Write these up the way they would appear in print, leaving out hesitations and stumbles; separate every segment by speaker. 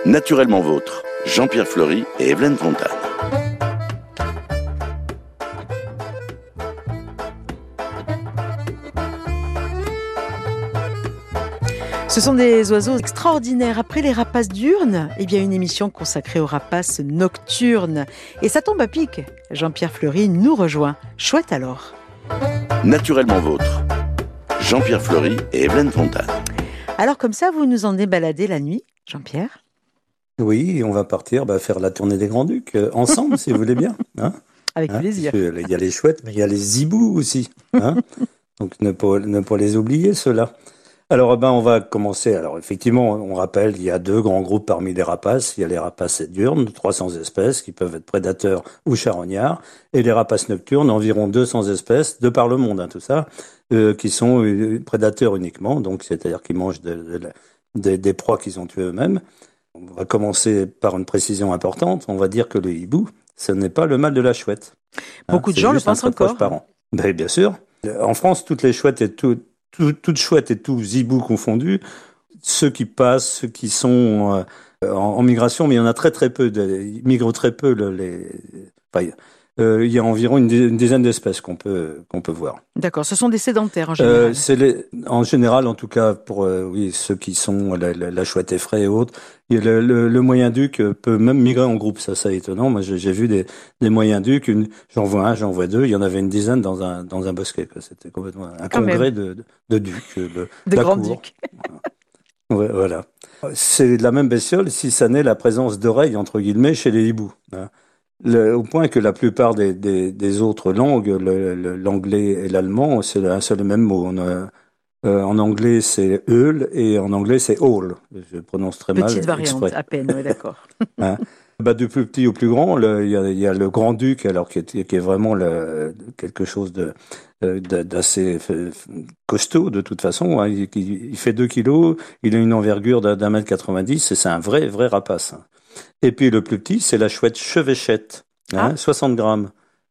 Speaker 1: Naturellement vôtre, Jean-Pierre Fleury et Evelyne Fontane.
Speaker 2: Ce sont des oiseaux extraordinaires. Après les rapaces diurnes, une émission consacrée aux rapaces nocturnes. Et ça tombe à pic. Jean-Pierre Fleury nous rejoint. Chouette alors.
Speaker 1: Naturellement vôtre, Jean-Pierre Fleury et Evelyne Fontane.
Speaker 2: Alors comme ça, vous nous emmenez balader la nuit, Jean-Pierre ?
Speaker 3: Oui, on va partir faire la tournée des Grands-Ducs ensemble, si vous voulez bien.
Speaker 2: Avec plaisir.
Speaker 3: Il y a les chouettes, mais il y a les zibous aussi. Donc ne pas les oublier, ceux-là. Alors, on va commencer. Alors, effectivement, on rappelle, il y a deux grands groupes parmi les rapaces. Il y a les rapaces diurnes, 300 espèces, qui peuvent être prédateurs ou charognards, et les rapaces nocturnes, environ 200 espèces, de par le monde, tout ça, qui sont prédateurs uniquement, donc c'est-à-dire qu'ils mangent des proies qu'ils ont tuées eux-mêmes. On va commencer par une précision importante. On va dire que le hibou, ce n'est pas le mâle de la chouette.
Speaker 2: Beaucoup de gens le pensent encore.
Speaker 3: Bien sûr. En France, toutes les chouettes et toutes chouettes et tous zibous confondus, ceux qui passent, ceux qui sont en migration, mais il y en a très peu, ils migrent très peu. Il y a environ une dizaine d'espèces qu'on peut voir.
Speaker 2: D'accord, ce sont des sédentaires en général.
Speaker 3: En général, en tout cas, pour ceux qui sont la chouette effraie et autres, le moyen-duc peut même migrer en groupe, ça c'est étonnant. Moi j'ai vu des moyens-ducs, j'en vois deux, il y en avait une dizaine dans un bosquet. C'était complètement un congrès de ducs.
Speaker 2: De grands-ducs.
Speaker 3: Voilà. C'est la même bestiole si ça n'est la présence d'oreilles, entre guillemets, chez les hiboux. Au point que la plupart des autres langues, l'anglais et l'allemand, c'est un seul et même mot. En anglais, c'est eul et en anglais, c'est all. Je prononce très mal.
Speaker 2: Petite variante,
Speaker 3: exprès.
Speaker 2: À peine, oui, d'accord.
Speaker 3: Du plus petit au plus grand, il y a le grand-duc, alors qui est vraiment quelque chose d'assez costaud de toute façon. Il fait 2 kilos, il a une envergure d'1,90 m et c'est un vrai rapace. Et puis le plus petit, c'est la chouette chevêchette, 60 grammes,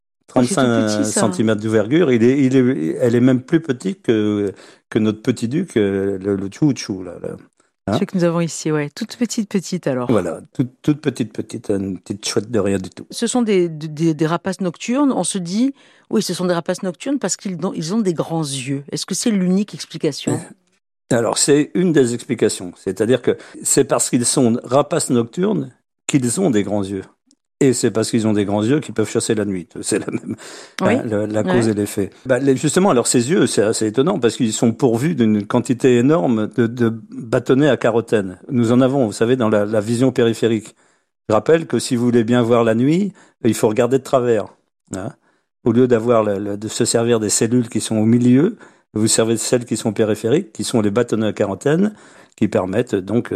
Speaker 3: 35 cm d'ouverture. Elle est même plus petite que notre petit duc, le tchou-tchou.
Speaker 2: Ce que nous avons ici, ouais. Toute petite alors.
Speaker 3: Voilà, toute petite, une petite chouette de rien du tout.
Speaker 2: Ce sont des rapaces nocturnes. On se dit, oui, ce sont des rapaces nocturnes parce qu'ils ont des grands yeux. Est-ce que c'est l'unique explication ?
Speaker 3: Alors, c'est une des explications. C'est-à-dire que c'est parce qu'ils sont rapaces nocturnes qu'ils ont des grands yeux. Et c'est parce qu'ils ont des grands yeux qu'ils peuvent chasser la nuit. C'est la même, la cause et l'effet. Justement, alors ces yeux, c'est assez étonnant parce qu'ils sont pourvus d'une quantité énorme de bâtonnets à carotène. Nous en avons, vous savez, dans la vision périphérique. Je rappelle que si vous voulez bien voir la nuit, il faut regarder de travers. Au lieu de se servir des cellules qui sont au milieu, vous servez de celles qui sont périphériques, qui sont les bâtonnets à carotène, qui permettent donc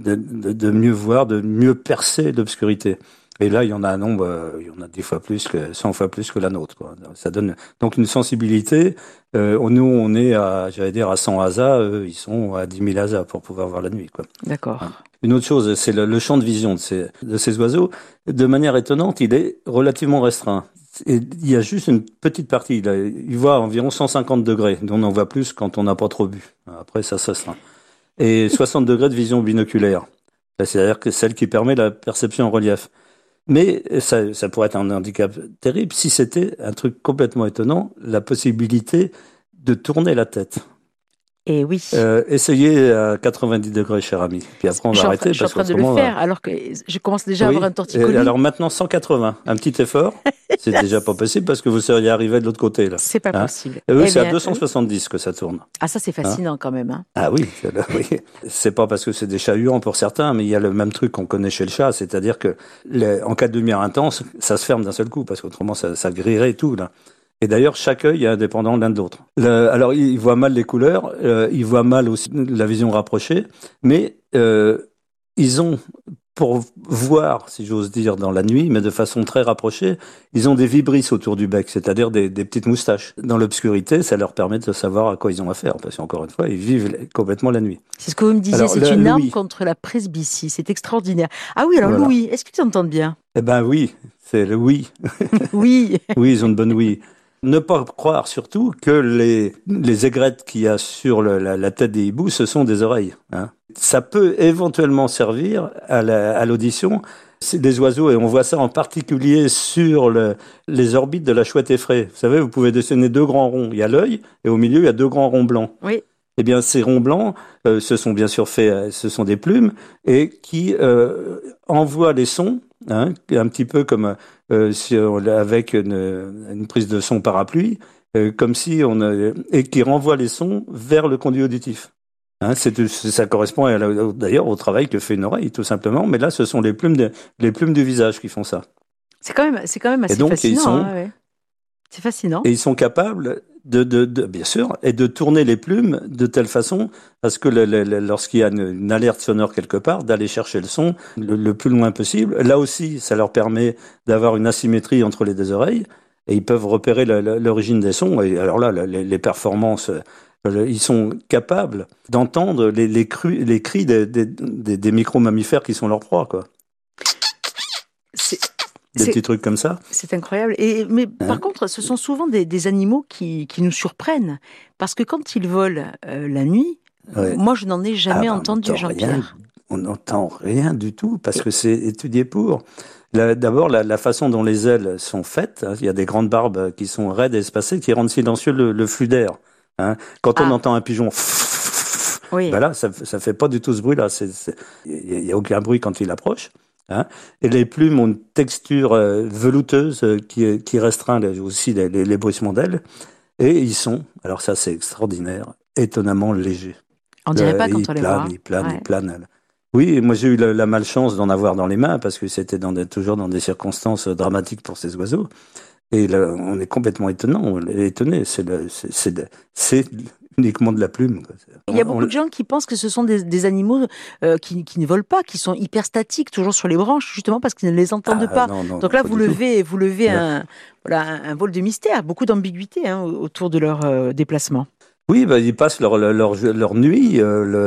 Speaker 3: de mieux voir, de mieux percer l'obscurité. Et là, il y en a un nombre, il y en a 100 fois plus que la nôtre, quoi. Ça donne donc une sensibilité. Nous, on est à 100 ASA, eux, ils sont à 10 000 ASA pour pouvoir voir la nuit, quoi.
Speaker 2: D'accord.
Speaker 3: Une autre chose, c'est le champ de vision de ces oiseaux. De manière étonnante, il est relativement restreint. Et il y a juste une petite partie. Il voit environ 150 degrés, dont on en voit plus quand on n'a pas trop bu. Après, ça sera. Et 60 degrés de vision binoculaire. C'est-à-dire que celle qui permet la perception en relief. Mais ça pourrait être un handicap terrible si c'était un truc complètement étonnant, la possibilité de tourner la tête.
Speaker 2: Et oui.
Speaker 3: Essayez à 90 degrés, cher ami. Puis après, on va arrêter.
Speaker 2: Je suis en train de le faire, alors que je commence déjà à avoir un torticolis.
Speaker 3: Et alors maintenant, 180. Un petit effort. C'est déjà pas possible parce que vous seriez arrivé de l'autre côté, là.
Speaker 2: C'est pas possible.
Speaker 3: Et oui, c'est à 270 que ça tourne.
Speaker 2: Ah, ça, c'est fascinant quand même.
Speaker 3: Ah oui, oui. C'est pas parce que c'est des chats huants pour certains, mais il y a le même truc qu'on connaît chez le chat, c'est-à-dire que en cas de lumière intense, ça se ferme d'un seul coup parce qu'autrement, ça grillerait tout, là. Et d'ailleurs, chaque œil est indépendant l'un de l'autre. Alors, il voit mal les couleurs, il voit mal aussi la vision rapprochée, mais ils ont, pour voir, si j'ose dire, dans la nuit, mais de façon très rapprochée, ils ont des vibrisses autour du bec, c'est-à-dire des petites moustaches. Dans l'obscurité, ça leur permet de savoir à quoi ils ont affaire, parce qu'encore une fois, ils vivent complètement la nuit.
Speaker 2: C'est ce que vous me disiez, c'est une arme contre la presbytie, c'est extraordinaire. Ah oui, alors voilà. L'ouïe, est-ce que tu entends bien ?
Speaker 3: Eh ben oui, c'est le oui.
Speaker 2: Oui.
Speaker 3: Oui, ils ont une bonne ouïe. Ne pas croire surtout que les aigrettes qu'il y a sur la tête des hiboux, ce sont des oreilles. ça peut éventuellement servir à l'audition. C'est des oiseaux, et on voit ça en particulier sur les orbites de la chouette effraie. Vous savez, vous pouvez dessiner 2 grands ronds. Il y a l'œil, et au milieu, il y a 2 grands ronds blancs.
Speaker 2: Oui.
Speaker 3: Eh bien, ces ronds blancs, ce sont bien sûr ce sont des plumes, et qui envoient les sons, un petit peu comme avec une prise de son parapluie, comme si et qui renvoie les sons vers le conduit auditif. Ça correspond d'ailleurs au travail que fait une oreille, tout simplement. Mais là, ce sont les plumes du visage qui font ça.
Speaker 2: C'est quand même assez fascinant. C'est fascinant.
Speaker 3: Et ils sont capables bien sûr, et de tourner les plumes de telle façon à ce que lorsqu'il y a une alerte sonore quelque part, d'aller chercher le son le plus loin possible. Là aussi, ça leur permet d'avoir une asymétrie entre les 2 oreilles, et ils peuvent repérer l'origine des sons. Et alors là, les performances, ils sont capables d'entendre les cris des micro-mammifères qui sont leurs proies, quoi. Des petits trucs comme ça.
Speaker 2: C'est incroyable. Mais par contre, ce sont souvent des animaux qui nous surprennent. Parce que quand ils volent la nuit, moi, je n'en ai jamais entendu, Jean-Pierre.
Speaker 3: On n'entend rien du tout, parce que c'est étudié pour. D'abord, la façon dont les ailes sont faites, il y a des grandes barbes qui sont raides et espacées, qui rendent silencieux le flux d'air. Quand on entend un pigeon, ben là, ça fait pas du tout ce bruit-là. Il y a aucun bruit quand il approche. Et les plumes ont une texture velouteuse qui restreint aussi les bruissements d'ailes. Et ils sont, alors ça c'est extraordinaire, étonnamment légers.
Speaker 2: On dirait pas quand on les voit.
Speaker 3: Ils planent. Oui, moi j'ai eu la malchance d'en avoir dans les mains, parce que c'était toujours dans des circonstances dramatiques pour ces oiseaux. Et là, on est complètement étonné. C'est uniquement de la plume, quoi.
Speaker 2: Il y a beaucoup de gens qui pensent que ce sont des animaux qui ne volent pas, qui sont hyper statiques, toujours sur les branches, justement parce qu'ils ne les entendent pas. Non, donc là, vous levez un vol de mystère, beaucoup d'ambiguïté autour de leur déplacement.
Speaker 3: Oui, ils passent leur nuit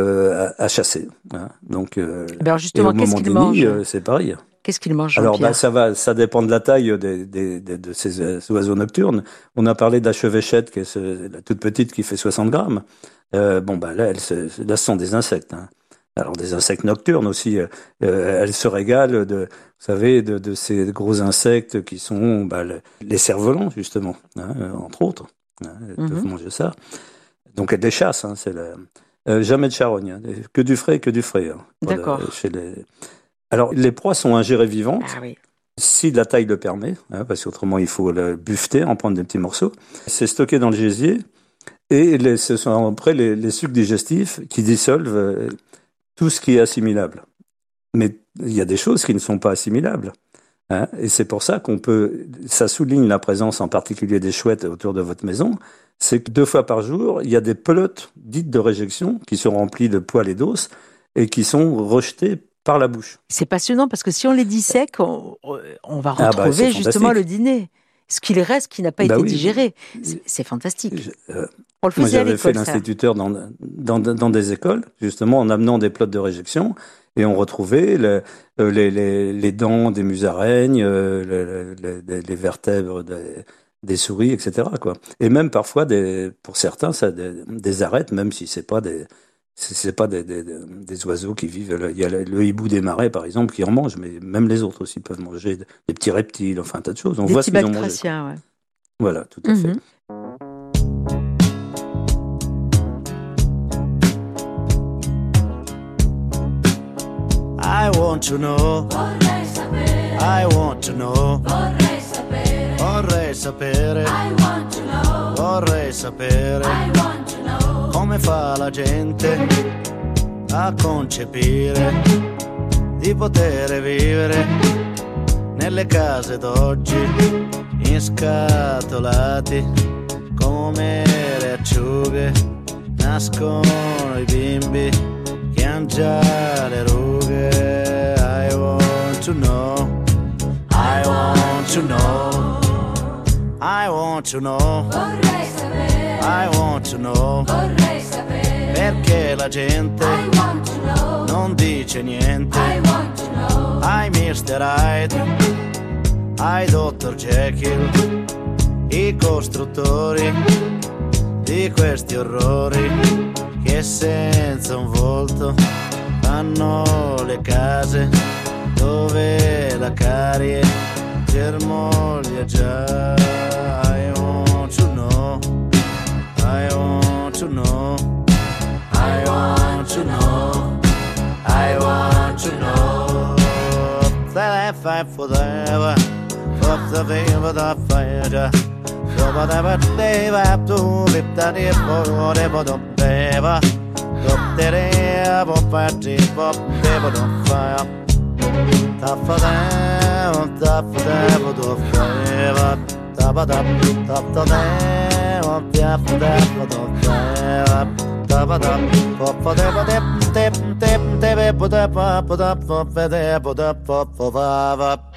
Speaker 3: à chasser. Donc,
Speaker 2: alors justement, qu'est-ce qu'ils mangent ?
Speaker 3: C'est pareil.
Speaker 2: Qu'est-ce qu'ils mangent,
Speaker 3: Alors,
Speaker 2: Jean-Pierre ?
Speaker 3: ça dépend de la taille de ces oiseaux nocturnes. On a parlé de la chevêchette, qui est la toute petite, qui fait 60 grammes. Là, ce sont des insectes. Alors, des insectes nocturnes aussi. Elles se régalent de ces gros insectes qui sont les cerfs-volants, justement, entre autres. Elles peuvent manger ça. Donc, elles les chassent. Jamais de charogne. Que du frais.
Speaker 2: D'accord.
Speaker 3: Alors, les proies sont ingérées vivantes,
Speaker 2: oui.
Speaker 3: Si la taille le permet, parce qu'autrement, il faut le buffeter, en prendre des petits morceaux. C'est stocké dans le gésier, et ce sont après les sucs digestifs qui dissolvent tout ce qui est assimilable. Mais il y a des choses qui ne sont pas assimilables. Et c'est pour ça ça souligne la présence en particulier des chouettes autour de votre maison, c'est que 2 fois par jour, il y a des pelotes dites de réjection qui sont remplies de poils et d'os et qui sont rejetées par la bouche.
Speaker 2: C'est passionnant parce que si on les dissèque, on va retrouver justement le dîner. Ce qu'il reste qui n'a pas été digéré. C'est fantastique. On le faisait
Speaker 3: moi, j'avais fait
Speaker 2: ça.
Speaker 3: l'instituteur dans des écoles, justement en amenant des pelotes de réjection, et on retrouvait les dents des musaraignes, les vertèbres des souris, etc., quoi. Et même parfois, pour certains, ça des arêtes, même si c'est pas des oiseaux qui vivent. Il y a le hibou des marais, par exemple, qui en mange, mais même les autres aussi peuvent manger des petits reptiles, enfin un tas de choses. On voit ce qu'ils ont mangé.
Speaker 2: Ouais.
Speaker 3: Voilà, tout à fait.
Speaker 4: I want to know.
Speaker 5: Vorrei sapere.
Speaker 4: I want to know.
Speaker 5: Vorrei sapere.
Speaker 4: Vorrei sapere.
Speaker 5: I want to know.
Speaker 4: Vorrei sapere.
Speaker 5: I want to know.
Speaker 4: Come fa la gente a concepire di poter vivere nelle case d'oggi inscatolati come le acciughe, nascono i bimbi che han già le rughe. I want to know, I want to know, I want to know,
Speaker 5: Vorrei sapere.
Speaker 4: I want to know,
Speaker 5: Vorrei sapere.
Speaker 4: perché la gente
Speaker 5: I want to know.
Speaker 4: non dice niente.
Speaker 5: I want to know.
Speaker 4: Ai Mr. Hyde, ai Dr. Jekyll, i costruttori di questi orrori che senza un volto fanno le case dove la carie germoglia già. I want to know, I want to know, I want to know, I want to know. That I fight for the of the favor the fire. So whatever they have to live that if for whatever the favor. Up there, up at the up there, don't fire. Top for them, top for them, do fire. Top of them, top to them, up there for them, don't fire. Top of them, up for them, tip, tip, tip, put up, put up, put up, put up.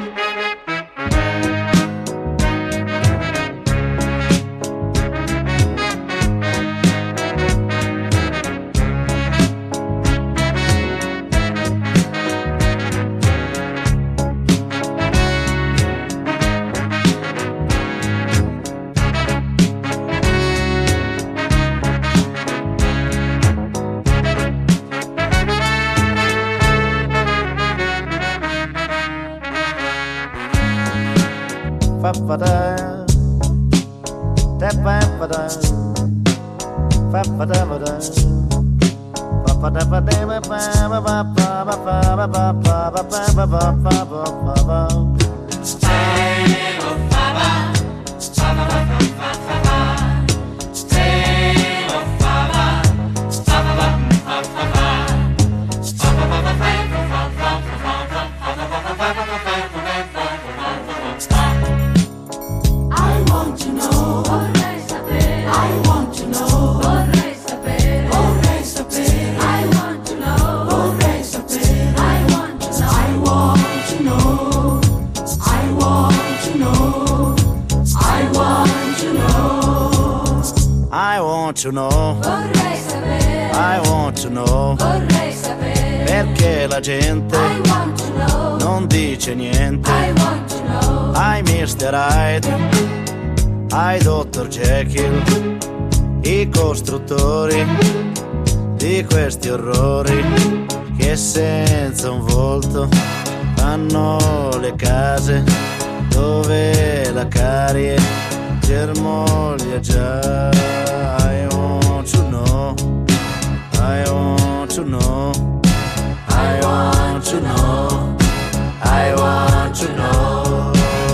Speaker 4: Fa-fa-da, da-fa-fa-da, fa-fa-da-fa-da, to know,
Speaker 5: Vorrei sapere,
Speaker 4: I want to know,
Speaker 5: vorrei sapere,
Speaker 4: perché la gente
Speaker 5: I want to know,
Speaker 4: non dice niente.
Speaker 5: I want to know,
Speaker 4: I Mr. Hyde, I Dr. Jekyll, i costruttori di questi orrori che senza un volto fanno le case dove la carie germoglia già. I want to know, I want to know, I want to know, I want to know.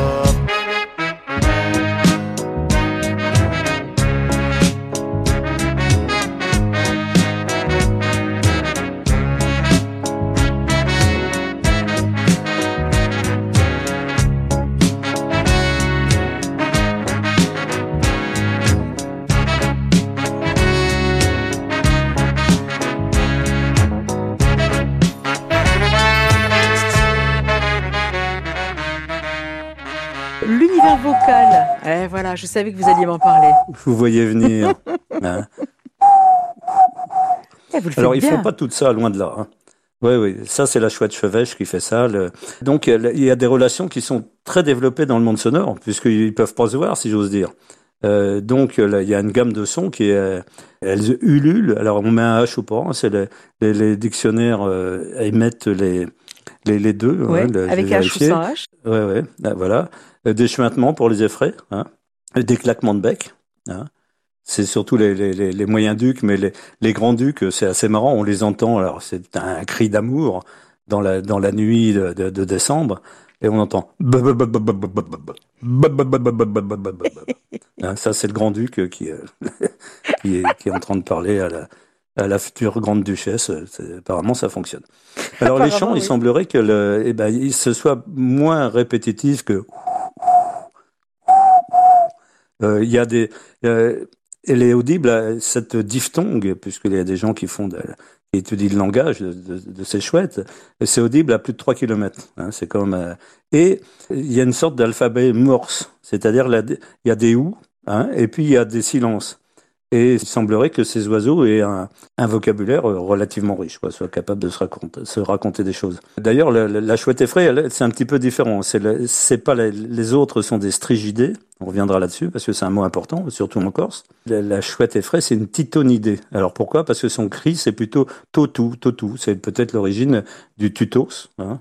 Speaker 2: L'univers vocal. Voilà, je savais que vous alliez m'en parler.
Speaker 3: Vous voyez venir. Hein.
Speaker 2: Vous le
Speaker 3: Alors,
Speaker 2: faites
Speaker 3: ils
Speaker 2: bien.
Speaker 3: font pas tout ça, loin de là. Hein. Oui, oui, ça c'est la chouette chevêche qui fait ça. Donc il y a des relations qui sont très développées dans le monde sonore, puisqu'ils peuvent pas se voir, si j'ose dire. Donc là, il y a une gamme de sons qui est, elles ululent. Alors on met un H ou pas, hein, c'est les dictionnaires émettent les deux.
Speaker 2: Ouais,
Speaker 3: hein,
Speaker 2: avec
Speaker 3: j'ai
Speaker 2: H ou
Speaker 3: vérifié.
Speaker 2: sans H.
Speaker 3: Ouais, voilà. Des chuintements pour les effrayer, hein. Des claquements de bec. Hein. C'est surtout les moyens ducs, mais les grands ducs, c'est assez marrant, on les entend. Alors c'est un cri d'amour dans la nuit de décembre, et on entend. Hein, ça c'est le grand duc qui est en train de parler à la future grande duchesse. Apparemment ça fonctionne. Alors les chants,
Speaker 2: oui.
Speaker 3: il semblerait que ce soit moins répétitif que. Il y a des elle est audible à cette diphtongue, puisqu'il y a des gens qui étudient le langage de ces chouettes, et c'est audible à plus de 3 km. Hein, c'est comme, et il y a une sorte d'alphabet morse, c'est-à-dire il y a des ou, hein, et puis il y a des silences. Et il semblerait que ces oiseaux aient un vocabulaire relativement riche, soient capables de se raconter des choses. D'ailleurs, la chouette effraie, c'est un petit peu différent. C'est pas les autres sont des strigidés, On reviendra là-dessus parce que c'est un mot important, surtout en Corse. La chouette effraie, c'est une titonidée. Alors pourquoi ? Parce que son cri, c'est plutôt totou, totou. C'est peut-être l'origine du tutos. Hein,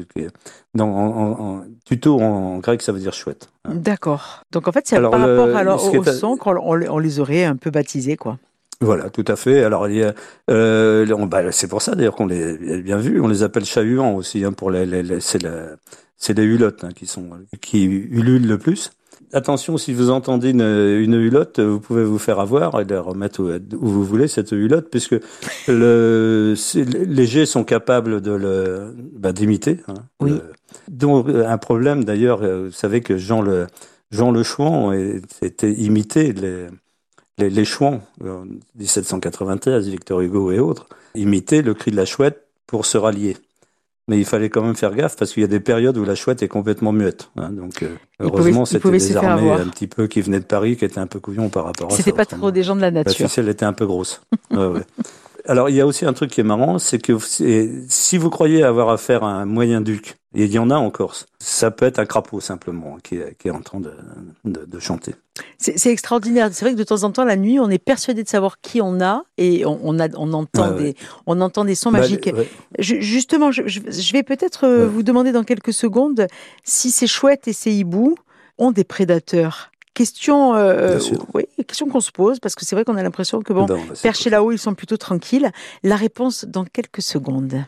Speaker 3: tuto en grec, ça veut dire chouette. Hein.
Speaker 2: D'accord. Donc en fait, c'est par rapport au son qu'on les aurait un peu baptisés, quoi.
Speaker 3: Voilà, tout à fait. Alors, c'est pour ça d'ailleurs qu'on les bien vu. On les appelle chat-huants aussi. Hein, c'est les hulottes hein, qui ululent le plus. Attention, si vous entendez une hulotte, vous pouvez vous faire avoir et la remettre où vous voulez cette hulotte, puisque les jets sont capables d'imiter. Hein,
Speaker 2: oui.
Speaker 3: Donc un problème d'ailleurs, vous savez que Jean le Chouan était imité les chouans, en 1793, Victor Hugo et autres, imitaient le cri de la chouette pour se rallier. Mais il fallait quand même faire gaffe parce qu'il y a des périodes où la chouette est complètement muette. Hein, donc heureusement, c'était des armées un petit peu qui venaient de Paris, qui étaient un peu couillons par rapport à ça.
Speaker 2: C'était pas trop des gens de la nature.
Speaker 3: La ficelle était un peu grosse. Ouais. Alors il y a aussi un truc qui est marrant, c'est que si vous croyez avoir affaire à un moyen duc, et il y en a en Corse, ça peut être un crapaud simplement qui est en train de chanter.
Speaker 2: C'est extraordinaire. C'est vrai que de temps en temps, la nuit, on est persuadé de savoir qui on a et on entend des sons magiques. Justement, je vais peut-être vous demander dans quelques secondes si ces chouettes et ces hiboux ont des prédateurs. Question qu'on se pose, parce que c'est vrai qu'on a l'impression que perchés là-haut, ils sont plutôt tranquilles. La réponse dans quelques secondes.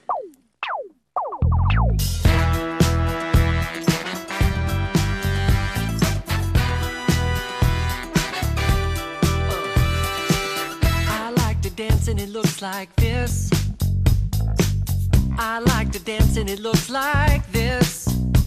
Speaker 6: And it looks like this. I like to dance and it looks like this.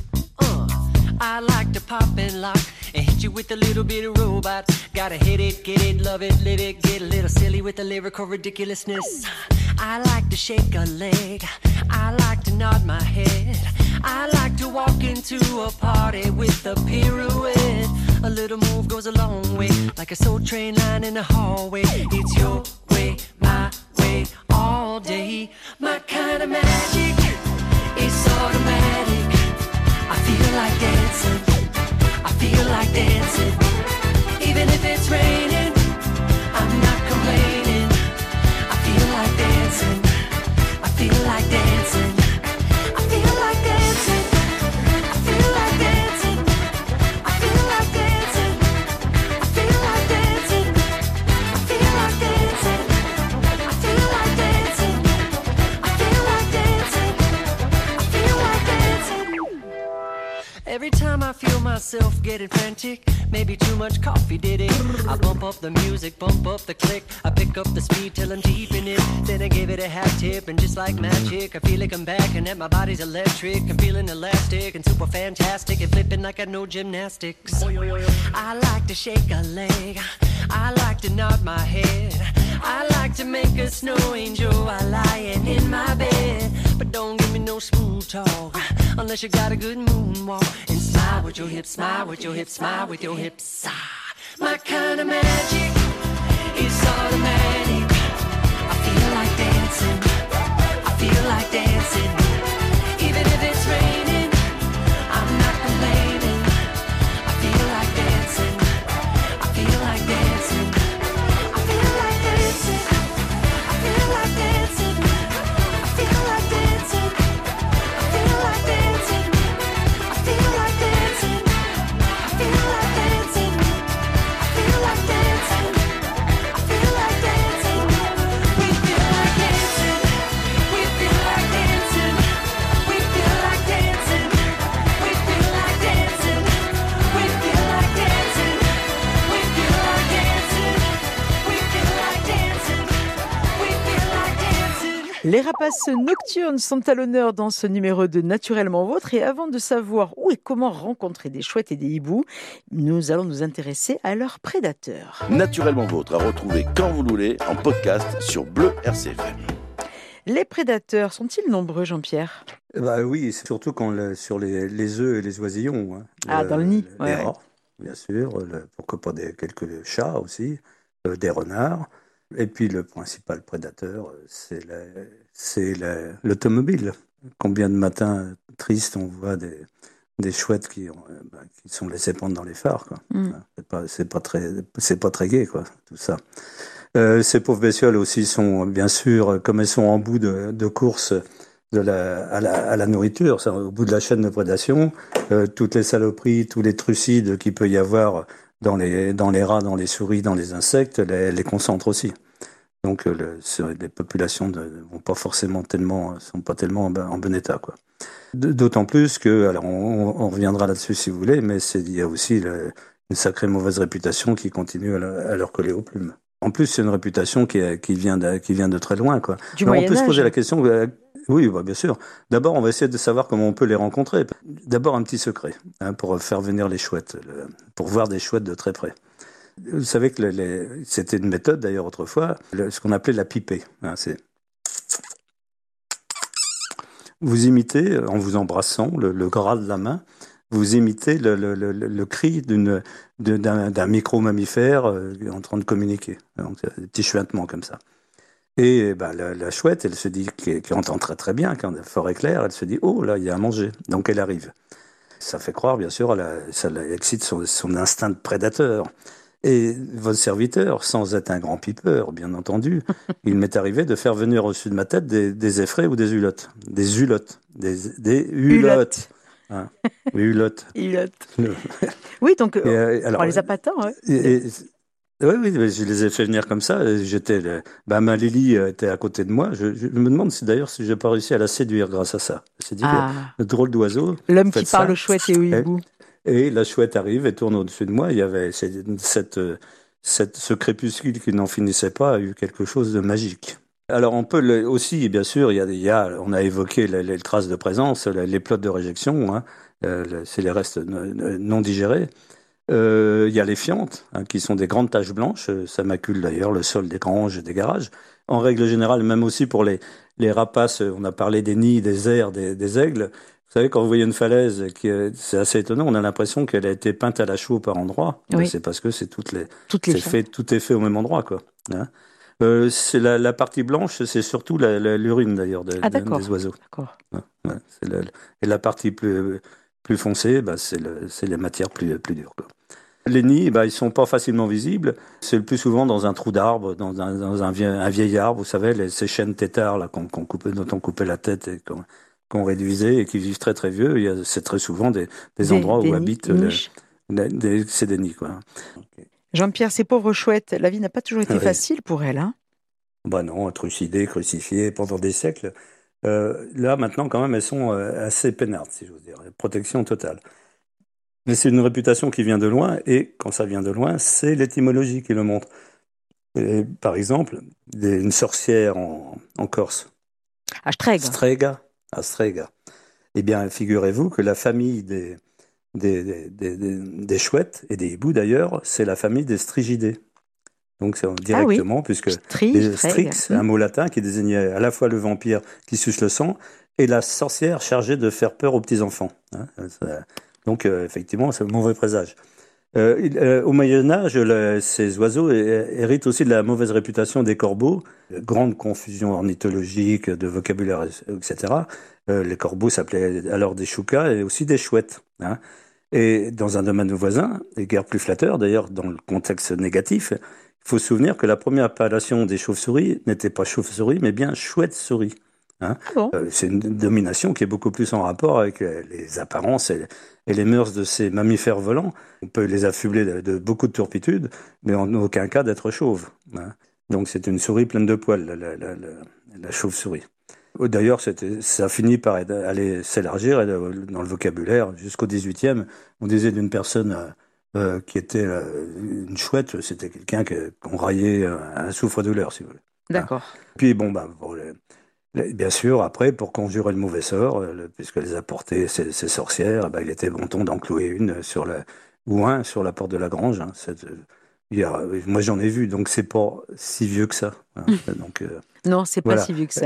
Speaker 6: I like to pop and lock and hit you with a little bit of robot. Gotta hit it, get it, love it, live it, get a little silly with the lyrical ridiculousness. I like to shake a leg. I like to nod my head. I like to walk into a party with a pirouette. A little move goes a long way, like a soul train line in the hallway. It's your way, my way, all day. My kind of magic is automatic. I feel like dancing, I feel like dancing. Even if it's raining, I'm not complaining. I feel like dancing, I feel like dancing. I feel like dancing, I feel like dancing. I feel like dancing, I feel like dancing. I feel like dancing, I feel like dancing. I feel like dancing, I feel like dancing. Every time I feel myself getting frantic, maybe too much coffee did it. I bump up the music, bump up the click. I pick up the speed till I'm deep in it. Then I give it a half tip and just like magic, I feel like I'm back and that my body's electric. I'm feeling elastic and super fantastic and flipping like I know gymnastics. I like to shake a leg. I like to nod my head. I like to make a snow angel while lying in my bed. But don't give me no smooth talk unless you got a good moonwalk. And smile with your hips, smile with your hips, smile with your hips. My kind of magic is automatic. I feel like dancing, I feel like dancing. Even if it's raining, I'm not complaining. I feel like dancing, I feel like dancing. I feel like dancing, I feel like dancing. I feel like dancing, I feel like dancing. I feel like dancing, I feel like dancing. I feel like dancing, I feel like dancing. We feel like dancing, we feel like dancing. We feel like dancing, we feel like dancing. We feel like dancing, we feel like dancing. We feel like dancing, we feel like dancing.
Speaker 2: Les rapaces nocturnes sont à l'honneur dans ce numéro de Naturellement Vôtre. Et avant de savoir où et comment rencontrer des chouettes et des hiboux, nous allons nous intéresser à leurs prédateurs.
Speaker 1: Naturellement Vôtre à retrouver quand vous voulez en podcast sur Bleu RCFM.
Speaker 2: Les prédateurs sont-ils nombreux, Jean-Pierre ?
Speaker 3: Oui, surtout sur les œufs et les oisillons. Hein.
Speaker 2: Ah, dans le nid,
Speaker 3: les rats, bien sûr. Pourquoi pas quelques chats aussi, des renards. Et puis le principal prédateur, c'est l'automobile. Combien de matins tristes on voit des chouettes qui sont laissées pendre dans les phares, quoi. C'est pas très gai, quoi, tout ça. Ces pauvres bestioles aussi sont, bien sûr, comme elles sont en bout de course à la nourriture, ça, au bout de la chaîne de prédation, toutes les saloperies, tous les trucides qu'il peut y avoir dans les rats, dans les souris, dans les insectes, les concentrent aussi. Donc les populations vont pas forcément sont pas tellement en bon état, quoi. D'autant plus que, alors on reviendra là-dessus si vous voulez, mais il y a aussi une sacrée mauvaise réputation qui continue à leur coller aux plumes. En plus, c'est une réputation qui vient de très loin, quoi. Alors, on peut se poser la question. Oui, bah, bien sûr. D'abord, on va essayer de savoir comment on peut les rencontrer. D'abord, un petit secret, pour faire venir les chouettes, pour voir des chouettes de très près. Vous savez que c'était une méthode d'ailleurs autrefois, ce qu'on appelait la pipée. C'est vous imitez, en vous embrassant le gras de la main, vous imitez le cri d'un micro-mammifère en train de communiquer. Donc, des petits chuintements comme ça. Et la chouette, elle se dit, qui entend très très bien, quand la forêt est claire, elle se dit, oh là, il y a à manger. Donc elle arrive. Ça fait croire, bien sûr, ça excite son instinct de prédateur. Et votre serviteur, sans être un grand pipeur, bien entendu, il m'est arrivé de faire venir au-dessus de ma tête des effraies ou des hulottes. Des hulottes. Des hulottes. Hein, oui, hulottes.
Speaker 2: Oui, donc alors, on les a pas tant. Ouais.
Speaker 3: Oui, je les ai fait venir comme ça. Ma Lily était à côté de moi. Je me demande si j'ai pas réussi à la séduire grâce à ça. C'est dit, le drôle d'oiseau.
Speaker 2: L'homme qui parle aux chouettes et aux hiboux.
Speaker 3: Et la chouette arrive et tourne au-dessus de moi. Il y avait ce crépuscule qui n'en finissait pas, a eu quelque chose de magique. Alors on peut aussi, bien sûr, on a évoqué les traces de présence, les plots de réjection, hein, c'est les restes non digérés. Il y a les fientes, qui sont des grandes taches blanches, ça macule d'ailleurs le sol des granges et des garages. En règle générale, même aussi pour les rapaces, on a parlé des nids, des airs, des aigles. Vous savez, quand vous voyez une falaise, c'est assez étonnant, on a l'impression qu'elle a été peinte à la chaux par endroit. Oui. C'est parce que tout est fait au même endroit, quoi. Hein, c'est la partie blanche, c'est surtout l'urine d'ailleurs des oiseaux.
Speaker 2: D'accord.
Speaker 3: Ouais, et la partie plus foncée, c'est les matières plus dures, quoi. Les nids, ils sont pas facilement visibles. C'est le plus souvent dans un trou d'arbre, dans un vieil arbre. Vous savez, ces chênes têtards là dont on coupait la tête et qu'on réduisait et qui vivent très très vieux. C'est très souvent des endroits où habitent c'est des nids, quoi.
Speaker 2: Okay. Jean-Pierre, ces pauvres chouettes, la vie n'a pas toujours été facile pour elles, hein?
Speaker 3: Non, trucidées, crucifiées pendant des siècles. Là, maintenant, quand même, elles sont assez peinardes, si j'ose dire. Protection totale. Mais c'est une réputation qui vient de loin, et quand ça vient de loin, c'est l'étymologie qui le montre. Et, par exemple, une sorcière en Corse.
Speaker 2: Strega.
Speaker 3: Strega. Eh bien, figurez-vous que la famille des chouettes, et des hiboux d'ailleurs, c'est la famille des strigidés. Donc c'est directement, puisque strix, un mot latin qui désignait à la fois le vampire qui suce le sang, et la sorcière chargée de faire peur aux petits-enfants. Hein, donc, effectivement, c'est un mauvais présage. Au Moyen-Âge, ces oiseaux héritent aussi de la mauvaise réputation des corbeaux. Grande confusion ornithologique, de vocabulaire, etc. Les corbeaux s'appelaient alors des choucas et aussi des chouettes. Hein. Et dans un domaine voisin, et guère plus flatteur, d'ailleurs, dans le contexte négatif, il faut se souvenir que la première appellation des chauves-souris n'était pas chauve-souris, mais bien chouette-souris. Hein, bon. C'est une domination qui est beaucoup plus en rapport avec les apparences et les mœurs de ces mammifères volants. On peut les affubler de beaucoup de turpitude, mais en aucun cas d'être chauve. Hein. Donc c'est une souris pleine de poils, la chauve-souris. D'ailleurs, ça finit par aller s'élargir dans le vocabulaire. Jusqu'au XVIIIe, on disait d'une personne qui était une chouette, c'était quelqu'un qu'on raillait un souffre-douleur, si vous voulez.
Speaker 2: D'accord.
Speaker 3: Hein. Puis bon, bien sûr, après, pour conjurer le mauvais sort, puisque les a portées ces sorcières, il était bon ton d'en clouer une sur la porte de la grange. Hein, moi, j'en ai vu, donc c'est pas si vieux que ça. Hein, donc,
Speaker 2: non, c'est pas si vieux que ça.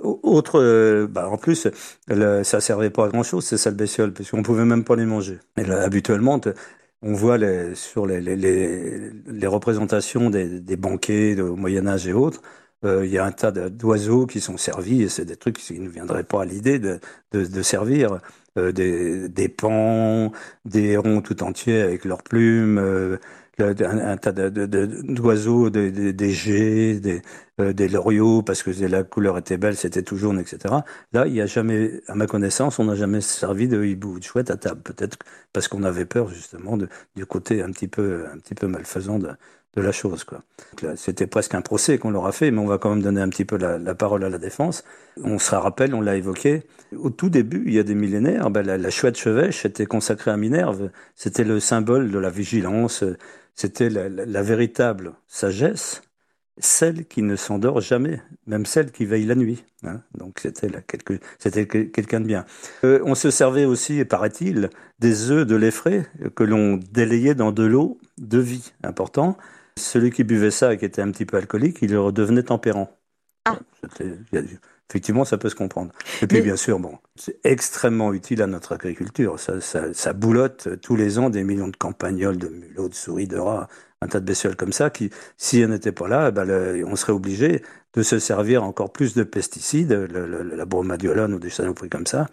Speaker 3: En plus, ça servait pas à grand-chose, ces sales bestioles, puisqu'on pouvait même pas les manger. Et là, habituellement, on voit sur les représentations des banquets au Moyen-Âge et autres, il y a un tas d'oiseaux qui sont servis, et c'est des trucs qui ne viendraient pas à l'idée de servir. Des paons, des hérons tout entiers avec leurs plumes, un tas d'oiseaux, des geais, des loriots, parce que la couleur était belle, c'était tout jaune, etc. Là, il n'y a jamais, à ma connaissance, on n'a jamais servi de hibou ou de chouette à table. Peut-être parce qu'on avait peur, justement, du côté un petit peu malfaisant de la chose, quoi. C'était presque un procès qu'on leur a fait, mais on va quand même donner un petit peu la parole à la défense. On se rappelle, on l'a évoqué, au tout début, il y a des millénaires, la chouette chevêche était consacrée à Minerve. C'était le symbole de la vigilance, c'était la véritable sagesse, celle qui ne s'endort jamais, même celle qui veille la nuit. Hein. Donc c'était quelqu'un de bien. On se servait aussi, paraît-il, des œufs de l'effraie que l'on délayait dans de l'eau de vie, important. Celui qui buvait ça et qui était un petit peu alcoolique, il redevenait tempérant.
Speaker 2: Ah.
Speaker 3: Effectivement, ça peut se comprendre. Et puis, bien sûr, c'est extrêmement utile à notre agriculture. Ça boulotte tous les ans des millions de campagnols, de mulots, de souris, de rats, un tas de bestioles comme ça qui, si elles n'étaient pas là, on serait obligé de se servir encore plus de pesticides, la bromadiolone ou des saloperies comme ça,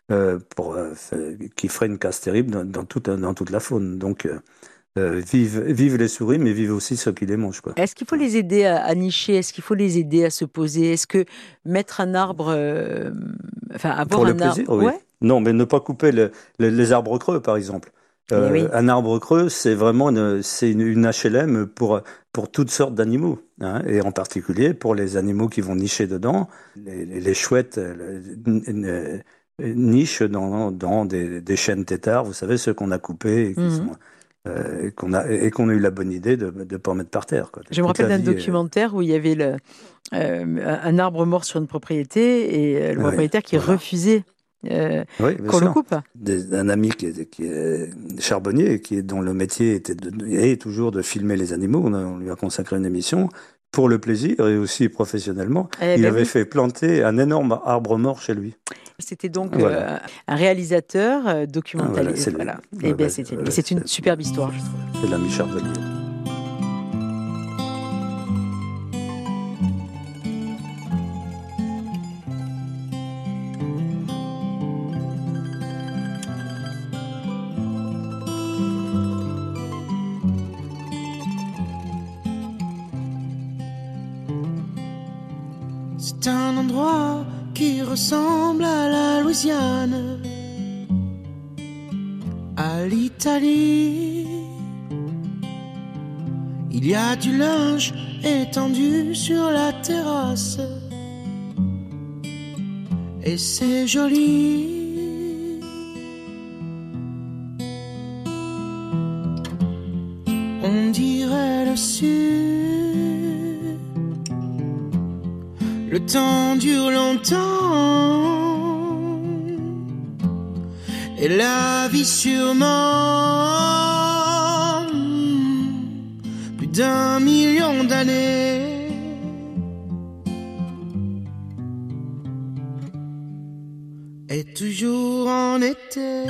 Speaker 3: qui ferait une casse terrible dans toute la faune. Donc, vive les souris, mais vive aussi ceux qui les mangent, quoi.
Speaker 2: Est-ce qu'il faut les aider à nicher? Est-ce qu'il faut les aider à se poser? Est-ce que mettre un arbre, avoir
Speaker 3: pour le
Speaker 2: un
Speaker 3: plaisir,
Speaker 2: arbre,
Speaker 3: oui.
Speaker 2: ouais.
Speaker 3: Non, mais ne pas couper les arbres creux, par exemple.
Speaker 2: Oui.
Speaker 3: Un arbre creux, c'est vraiment une HLM pour toutes sortes d'animaux, hein, et en particulier pour les animaux qui vont nicher dedans. Les chouettes nichent dans des chênes têtards, vous savez, ceux qu'on a coupés et qui sont... et qu'on a eu la bonne idée de ne pas mettre par terre, quoi.
Speaker 2: Je me rappelle d'un documentaire où il y avait un arbre mort sur une propriété et le propriétaire qui refusait qu'on le coupe.
Speaker 3: Un ami qui est charbonnier, dont le métier est toujours de filmer les animaux, on lui a consacré une émission pour le plaisir et aussi professionnellement. Il avait fait planter un énorme arbre mort chez lui.
Speaker 2: C'était donc un réalisateur documentaliste. Voilà. C'est une superbe histoire, je trouve.
Speaker 3: C'est l'ami charbonnier.
Speaker 7: C'est un endroit qui ressemble à la Louisiane, à l'Italie. Il y a du linge étendu sur la terrasse et c'est joli. On dirait le sud. Le temps dure longtemps et la vie sûrement plus d'1 million d'années. Et toujours en été.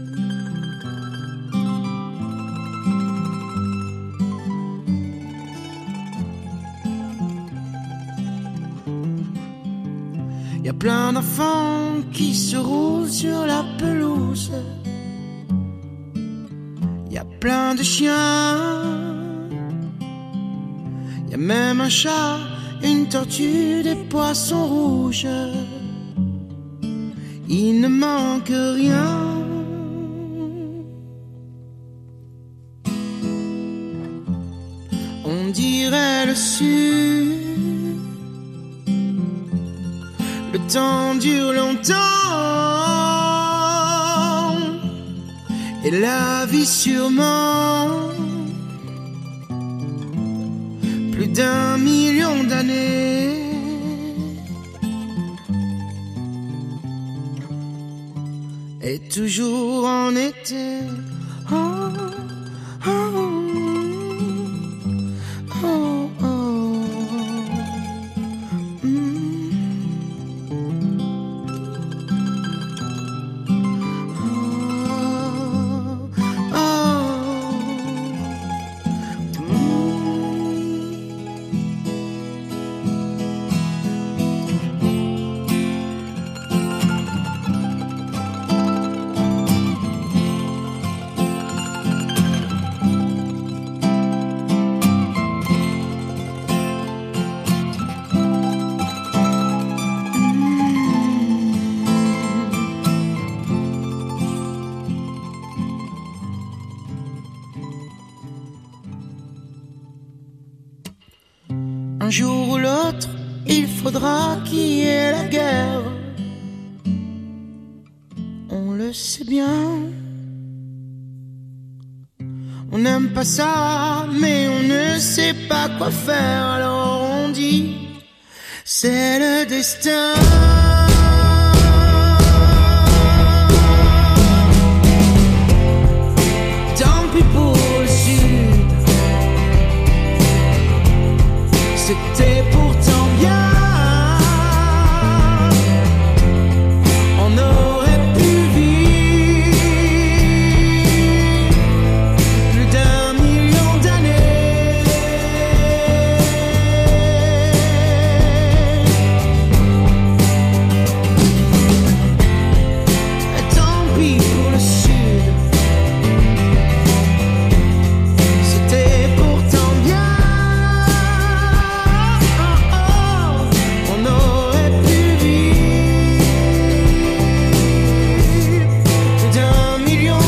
Speaker 7: Y a plein d'enfants qui se roulent sur la pelouse. Y a plein de chiens. Y a même un chat, une tortue, des poissons rouges. Il ne manque rien. On dirait le sud. Le temps dure longtemps et la vie sûrement plus d'1 million d'années. Et toujours en été. Oh, oh, oh, oh. Un jour ou l'autre, il faudra qu'il y ait la guerre. On le sait bien. On n'aime pas ça, mais on ne sait pas quoi faire. Alors on dit, c'est le destin. Tant pis pour le sud, c'était pourtant bien. On aurait pu vivre plus d'1 million d'années. Tant pis pour le sud, c'était pourtant bien. On aurait pu vivre plus d'1 million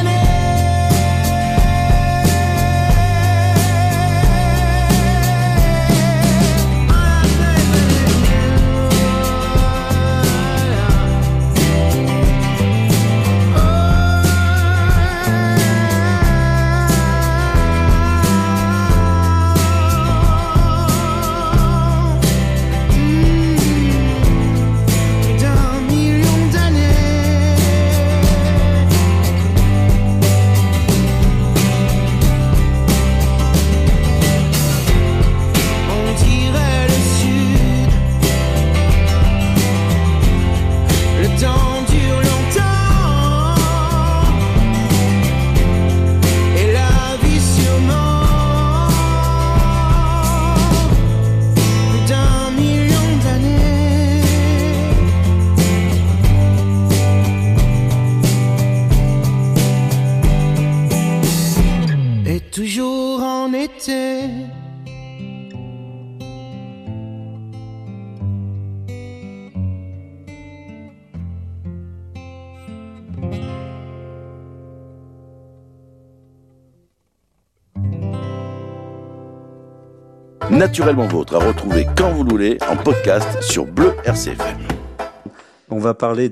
Speaker 7: on dirait le sud. Le temps dure longtemps et la vie sûrement plus d'1 million d'années. Et toujours en été.
Speaker 1: Naturellement Vôtre à retrouver quand vous voulez en podcast sur Bleu RCFM.
Speaker 3: On va parler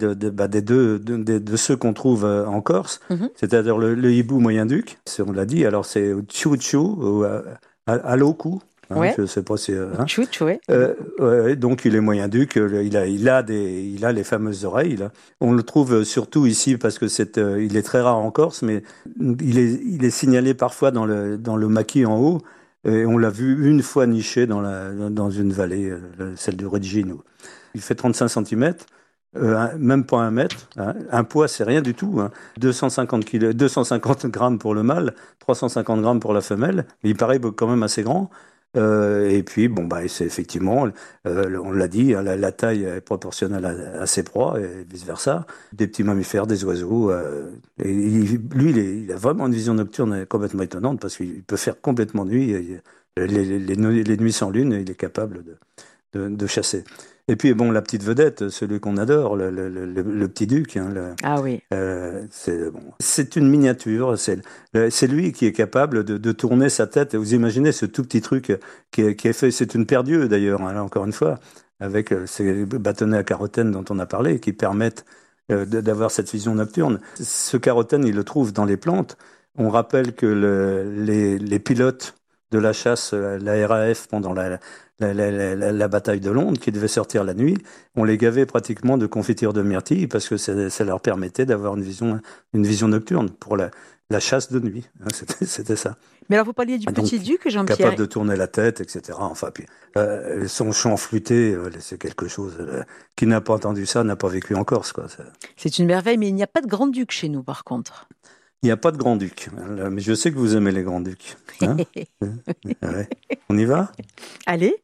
Speaker 3: de ceux qu'on trouve en Corse, c'est-à-dire le hibou moyen-duc, on l'a dit, alors c'est Tchou-Tchou ou Aloku,
Speaker 2: Ouais.
Speaker 3: je sais pas si...
Speaker 2: Chouch, ouais.
Speaker 3: Ouais, donc il est moyen-duc, il a les fameuses oreilles. Là. On le trouve surtout ici parce que il est très rare en Corse, mais il est signalé parfois dans le maquis en haut. Et on l'a vu une fois niché dans une vallée, celle de Regino. Il fait 35 cm, même pas 1 mètre. Hein. Un poids, c'est rien du tout. Hein. 250 grammes pour le mâle, 350 grammes pour la femelle. Il paraît quand même assez grand. Et puis, c'est effectivement, on l'a dit, hein, la taille est proportionnelle à ses proies et vice-versa. Des petits mammifères, des oiseaux. Et il a vraiment une vision nocturne complètement étonnante parce qu'il peut faire complètement nuit. Les nuits sans lune, il est capable de chasser. Et puis, la petite vedette, celui qu'on adore, le petit duc. Hein,
Speaker 2: Ah oui.
Speaker 3: C'est une miniature. C'est lui qui est capable de tourner sa tête. Vous imaginez ce tout petit truc qui est fait. C'est une paire d'yeux, d'ailleurs, hein, là, encore une fois, avec ces bâtonnets à carotène dont on a parlé, qui permettent d'avoir cette vision nocturne. Ce carotène, il le trouve dans les plantes. On rappelle que les pilotes de la chasse, la RAF, pendant la bataille de Londres, qui devait sortir la nuit, on les gavait pratiquement de confiture de myrtille parce que ça leur permettait d'avoir une vision nocturne pour la chasse de nuit. C'était ça.
Speaker 2: Mais alors, vous parliez du petit duc, Jean-Pierre.
Speaker 3: Capable de tourner la tête, etc. Enfin, puis son chant flûté, c'est quelque chose. Qui n'a pas entendu ça, n'a pas vécu en Corse, quoi.
Speaker 2: C'est une merveille, mais il n'y a pas de grand-duc chez nous, par contre.
Speaker 3: Il n'y a pas de grand-duc. Mais je sais que vous aimez les grands-ducs. Hein. Ouais. On y va ?
Speaker 2: Allez.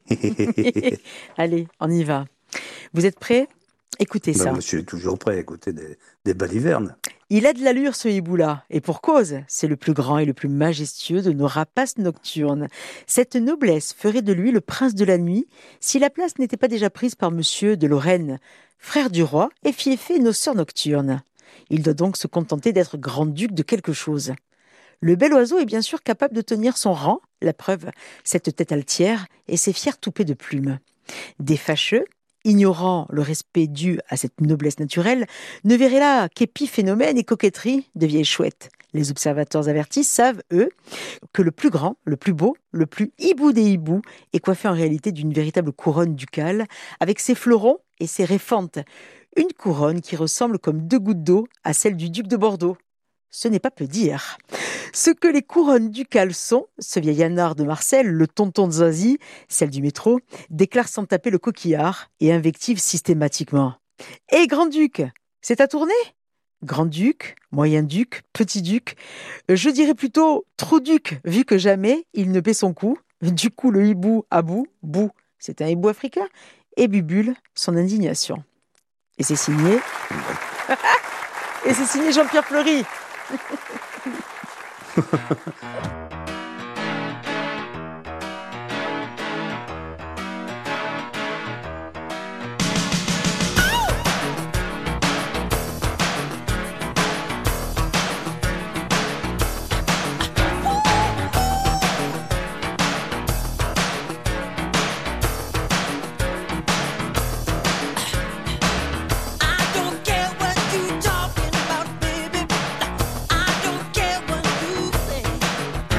Speaker 2: Allez, on y va. Vous êtes prêts ? Écoutez ça.
Speaker 3: Je suis toujours prêt à écouter des balivernes.
Speaker 2: Il a de l'allure, ce hibou-là, et pour cause, c'est le plus grand et le plus majestueux de nos rapaces nocturnes. Cette noblesse ferait de lui le prince de la nuit si la place n'était pas déjà prise par monsieur de Lorraine, frère du roi et fiefé noceur nocturne. Il doit donc se contenter d'être grand-duc de quelque chose. Le bel oiseau est bien sûr capable de tenir son rang, la preuve, cette tête altière et ses fiers toupets de plumes. Des fâcheux, ignorant le respect dû à cette noblesse naturelle, ne verraient là qu'épiphénomènes et coquetteries de vieilles chouettes. Les observateurs avertis savent, eux, que le plus grand, le plus beau, le plus hibou des hiboux est coiffé en réalité d'une véritable couronne ducale, avec ses fleurons et ses raifantes. Une couronne qui ressemble comme 2 gouttes d'eau à celle du duc de Bordeaux. Ce n'est pas peu dire. Ce que les couronnes ducales sont, ce vieil anard de Marcel, le tonton de Zazie, celle du métro, déclare sans taper le coquillard et invective systématiquement. « Hé, grand-duc, c'est à tourner ?» Grand-duc, moyen-duc, petit-duc, je dirais plutôt trop-duc, vu que jamais il ne paie son coup. Du coup, le hibou à bout, c'est un hibou africain, et bubule son indignation. Et c'est signé... Et c'est signé Jean-Pierre Fleury.
Speaker 8: I don't care what you say.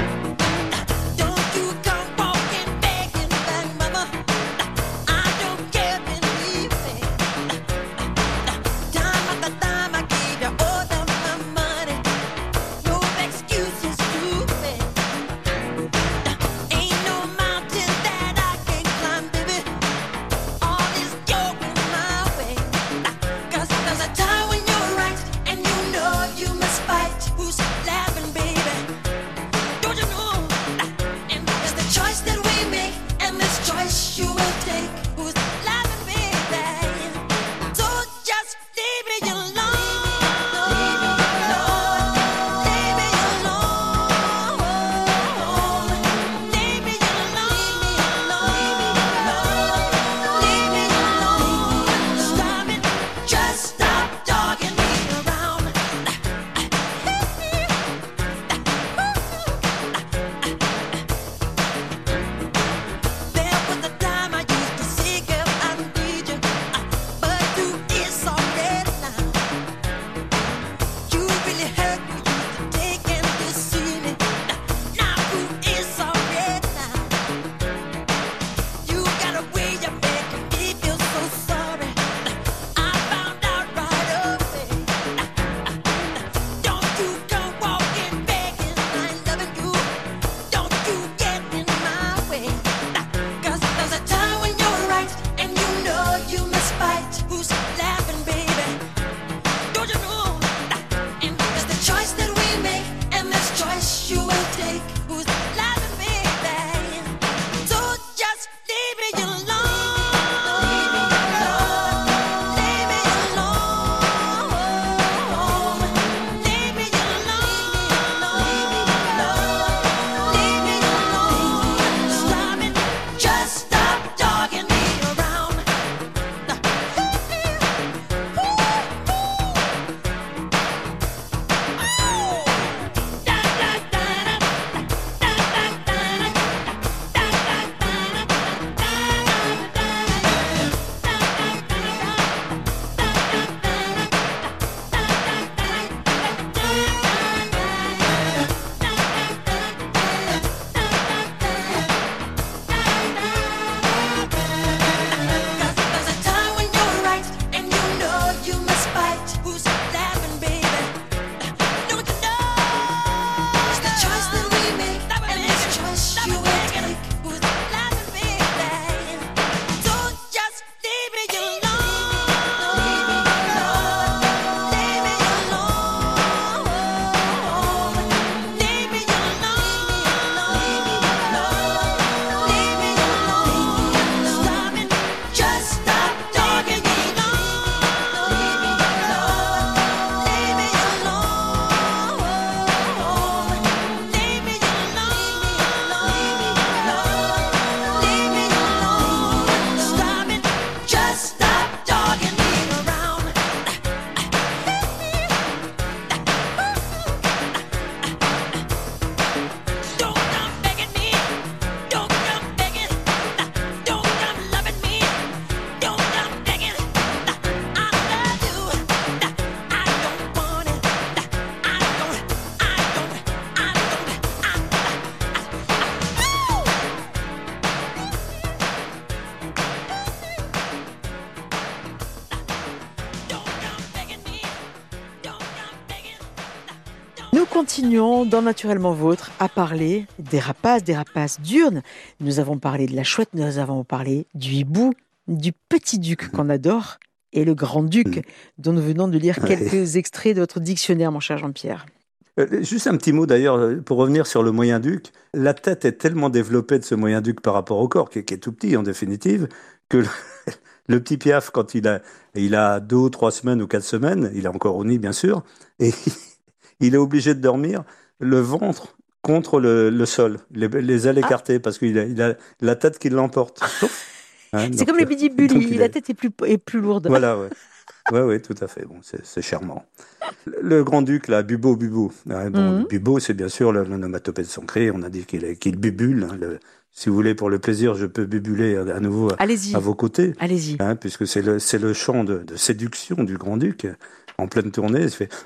Speaker 2: Nous continuons dans Naturellement Vôtre à parler des rapaces diurnes. Nous avons parlé de la chouette, nous avons parlé du hibou, du petit duc qu'on adore et le grand duc dont nous venons de lire quelques extraits de votre dictionnaire, mon cher Jean-Pierre.
Speaker 3: Juste un petit mot d'ailleurs, pour revenir sur le moyen-duc. La tête est tellement développée de ce moyen-duc par rapport au corps, qui est tout petit en définitive, que le petit Piaf, quand il a 2 ou 3 semaines ou 4 semaines, il est encore au nid bien sûr, et il est obligé de dormir le ventre contre le sol, les ailes écartées, parce qu'il a la tête qui l'emporte.
Speaker 2: C'est comme les bidibuli, la tête est plus lourde.
Speaker 3: Voilà, ouais. Oui, tout à fait. Bon, c'est charmant. Le grand-duc, là, Bubo. Bubo, c'est bien sûr l'onomatopée de son cri. On a dit qu'il bubule. Si vous voulez, pour le plaisir, je peux bubuler à nouveau à vos côtés.
Speaker 2: Allez-y.
Speaker 3: Puisque c'est le chant de séduction du grand-duc. En pleine tournée, il se fait...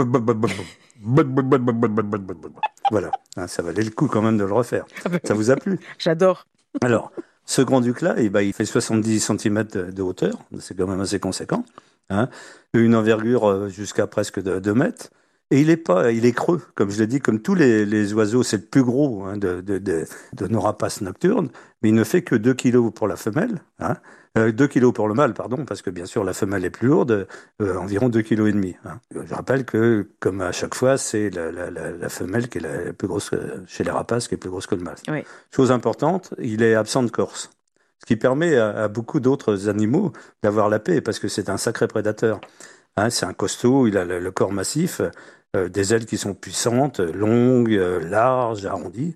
Speaker 3: Voilà, ça valait le coup quand même de le refaire. Ça vous a plu?
Speaker 2: J'adore.
Speaker 3: Alors, ce grand-duc-là, il fait 70 cm de hauteur. C'est quand même assez conséquent. Une envergure jusqu'à presque 2 mètres. Et il est creux, comme je l'ai dit, comme tous les oiseaux, c'est le plus gros de nos rapaces nocturnes, mais il ne fait que 2 kilos pour la femelle, 2 kilos pour le mâle, pardon, parce que bien sûr la femelle est plus lourde, environ 2,5 kg. Je rappelle que, comme à chaque fois, c'est la femelle qui est la plus grosse chez les rapaces, qui est plus grosse que le mâle.
Speaker 2: Oui.
Speaker 3: Chose importante, il est absent de corse. Ce qui permet à beaucoup d'autres animaux d'avoir la paix, parce que c'est un sacré prédateur. C'est un costaud, il a le corps massif, des ailes qui sont puissantes, longues, larges, arrondies.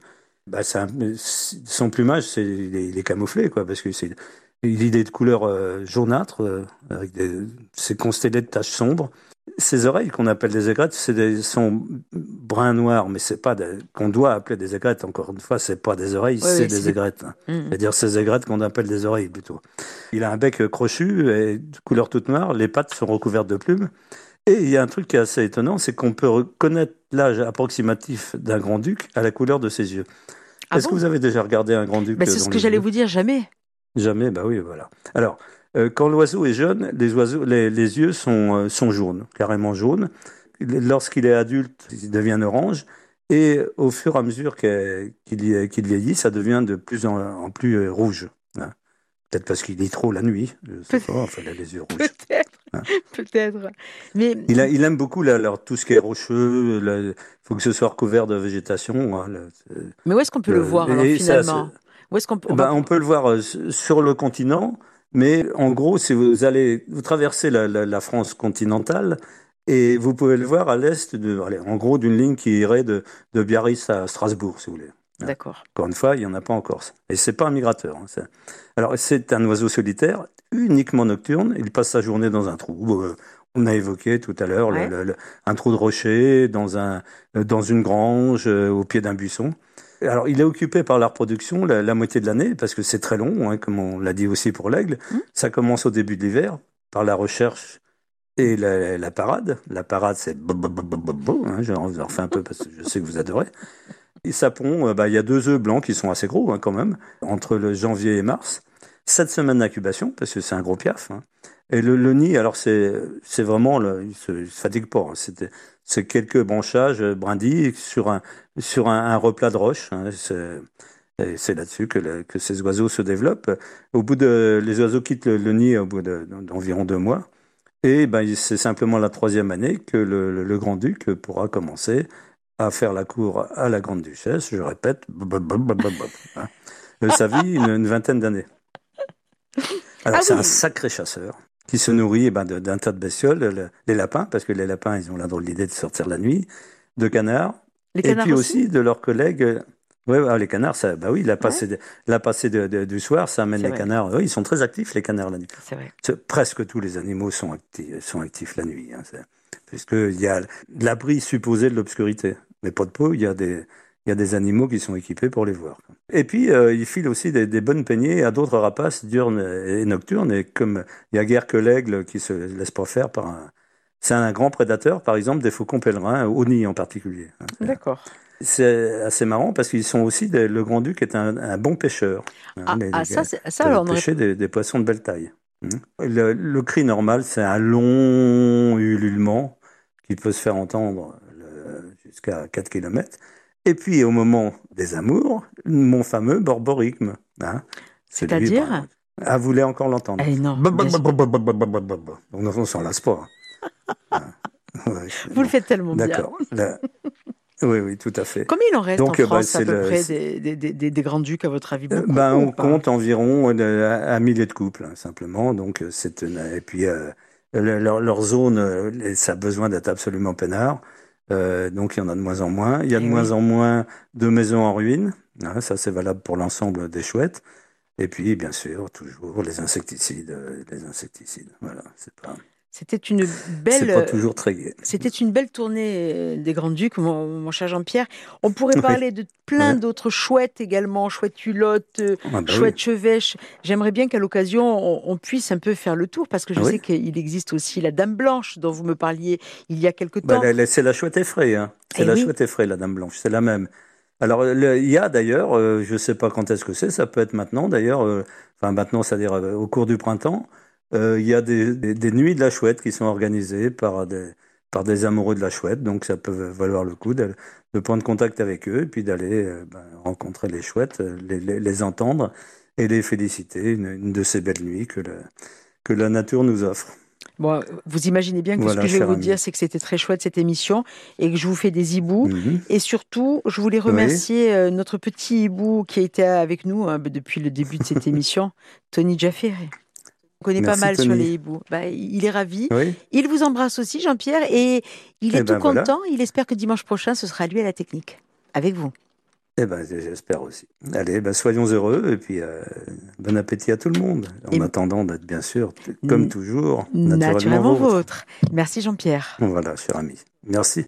Speaker 3: Son plumage, il est camouflé, quoi, parce que il est de couleur jaunâtre, avec c'est constellé de taches sombres. Ces oreilles qu'on appelle des aigrettes, sont brun noir, mais c'est pas qu'on doit appeler des aigrettes. Encore une fois, c'est pas des oreilles, c'est des aigrettes. C'est-à-dire ces aigrettes qu'on appelle des oreilles plutôt. Il a un bec crochu et de couleur toute noire. Les pattes sont recouvertes de plumes. Et il y a un truc qui est assez étonnant, c'est qu'on peut reconnaître l'âge approximatif d'un grand-duc à la couleur de ses yeux. Est-ce que vous avez déjà regardé un grand-duc?
Speaker 2: C'est ce que j'allais vous dire, jamais.
Speaker 3: Jamais, bah oui, voilà. Alors, quand l'oiseau est jeune, les yeux sont jaunes, carrément jaunes. Lorsqu'il est adulte, il devient orange. Et au fur et à mesure qu'il vieillit, ça devient de plus en plus rouge. Peut-être parce qu'il lit trop la nuit. Je sais pas, enfin, il a les yeux rouges.
Speaker 2: Peut-être. Mais...
Speaker 3: Il aime beaucoup tout ce qui est rocheux. Il faut que ce soit recouvert de végétation.
Speaker 2: Mais où est-ce qu'on peut le voir, alors, finalement? Où est-ce qu'on peut...
Speaker 3: On peut le voir sur le continent, mais en gros, si vous traversez la France continentale, et vous pouvez le voir à l'est, en gros, d'une ligne qui irait de Biarritz à Strasbourg, si vous voulez.
Speaker 2: D'accord.
Speaker 3: Encore une fois, il n'y en a pas en Corse. Et c'est pas un migrateur. Alors, c'est un oiseau solitaire, uniquement nocturne. Il passe sa journée dans un trou. On a évoqué tout à l'heure un trou de rocher, dans une grange, au pied d'un buisson. Alors, il est occupé par la reproduction la moitié de l'année, parce que c'est très long, comme on l'a dit aussi pour l'aigle. Ça commence au début de l'hiver, par la recherche et la parade. La parade, c'est je refais un peu parce que je sais que vous adorez. Et ça pond, il y a 2 œufs blancs qui sont assez gros quand même, entre le janvier et mars. 7 semaines d'incubation, parce que c'est un gros piaf. Et le nid, alors c'est vraiment, il se fatigue pas. C'est quelques branchages, brindilles, sur un replat de roche. C'est là-dessus que ces oiseaux se développent. Les oiseaux quittent le nid au bout d'environ 2 mois. Et c'est simplement la 3e année que le grand-duc pourra commencer à faire la cour à la grande-duchesse, je répète, sa vie, une vingtaine d'années. Alors, c'est un sacré chasseur qui se nourrit d'un tas de bestioles, les lapins, parce que les lapins, ils ont la drôle d'idée de sortir la nuit, de canards,
Speaker 2: et puis
Speaker 3: aussi de leurs collègues. Les canards, la passée du soir, ça amène les canards. Oui, ils sont très actifs, les canards, la nuit.
Speaker 2: C'est vrai.
Speaker 3: Presque tous les animaux sont actifs la nuit, puisqu'il y a l'abri supposé de l'obscurité. Mais pas de peau, il y a des animaux qui sont équipés pour les voir. Et puis, il file aussi des bonnes peignées à d'autres rapaces diurnes et nocturnes. Et comme il n'y a guère que l'aigle qui se laisse pas faire c'est un grand prédateur, par exemple, des faucons pèlerins, au nid en particulier.
Speaker 2: D'accord.
Speaker 3: C'est assez marrant parce qu'ils sont aussi, le grand-duc est un bon pêcheur.
Speaker 2: Alors,
Speaker 3: pêcher des poissons de belle taille. Le cri normal, c'est un long ululement qui peut se faire entendre jusqu'à 4 km. Et puis, au moment des amours, mon fameux borborygme. Hein,
Speaker 2: C'est-à-dire
Speaker 3: vous voulez encore l'entendre?
Speaker 2: Non.
Speaker 3: Donc, on s'en lasse pas. Hein. Ouais,
Speaker 2: Vous le faites tellement bien.
Speaker 3: D'accord. Oui, tout à fait.
Speaker 2: Combien il en reste en France, à peu près,
Speaker 3: c'est-
Speaker 2: des grands-ducs, à votre avis? Beaucoup,
Speaker 3: on
Speaker 2: ou pas
Speaker 3: compte environ un millier de couples, hein, simplement. Donc, et puis, leur zone, ça a besoin d'être absolument peinard. Donc, il y en a de moins en moins. Il y a de moins en moins de maisons en ruine. Hein, ça, c'est valable pour l'ensemble des chouettes. Et puis, bien sûr, toujours les insecticides. Voilà,
Speaker 2: C'était une
Speaker 3: c'est pas
Speaker 2: belle,
Speaker 3: toujours très gai.
Speaker 2: c'était une belle tournée des Grands-Ducs, mon cher Jean-Pierre. On pourrait parler de plein d'autres chouettes également, chouettes hulottes, chouettes chevêches. J'aimerais bien qu'à l'occasion, on puisse un peu faire le tour, parce que je sais qu'il existe aussi la Dame Blanche, dont vous me parliez il y a quelque temps.
Speaker 3: C'est la chouette effraie, hein. C'est chouette effraie, la Dame Blanche, c'est la même. Alors, il y a d'ailleurs, je ne sais pas quand est-ce que c'est, ça peut être maintenant d'ailleurs, maintenant, c'est-à-dire au cours du printemps, il y a des nuits de la chouette qui sont organisées par des amoureux de la chouette, donc ça peut valoir le coup de prendre contact avec eux et puis d'aller rencontrer les chouettes, les entendre et les féliciter, une de ces belles nuits que la nature nous offre.
Speaker 2: Bon, vous imaginez bien que ce que je vais vous dire, c'est que c'était très chouette cette émission et que je vous fais des hiboux. Et surtout, je voulais remercier notre petit hibou qui a été avec nous depuis le début de cette émission, Tony Jafféré. On connaît pas mal Tony. Sur les hiboux. Il est ravi. Oui. Il vous embrasse aussi, Jean-Pierre, et il est tout content. Voilà. Il espère que dimanche prochain, ce sera lui à la technique, avec vous.
Speaker 3: J'espère aussi. Allez, soyons heureux et puis bon appétit à tout le monde. En attendant d'être, bien sûr, comme toujours, naturellement vôtre.
Speaker 2: Merci Jean-Pierre.
Speaker 3: Voilà, cher ami. Merci.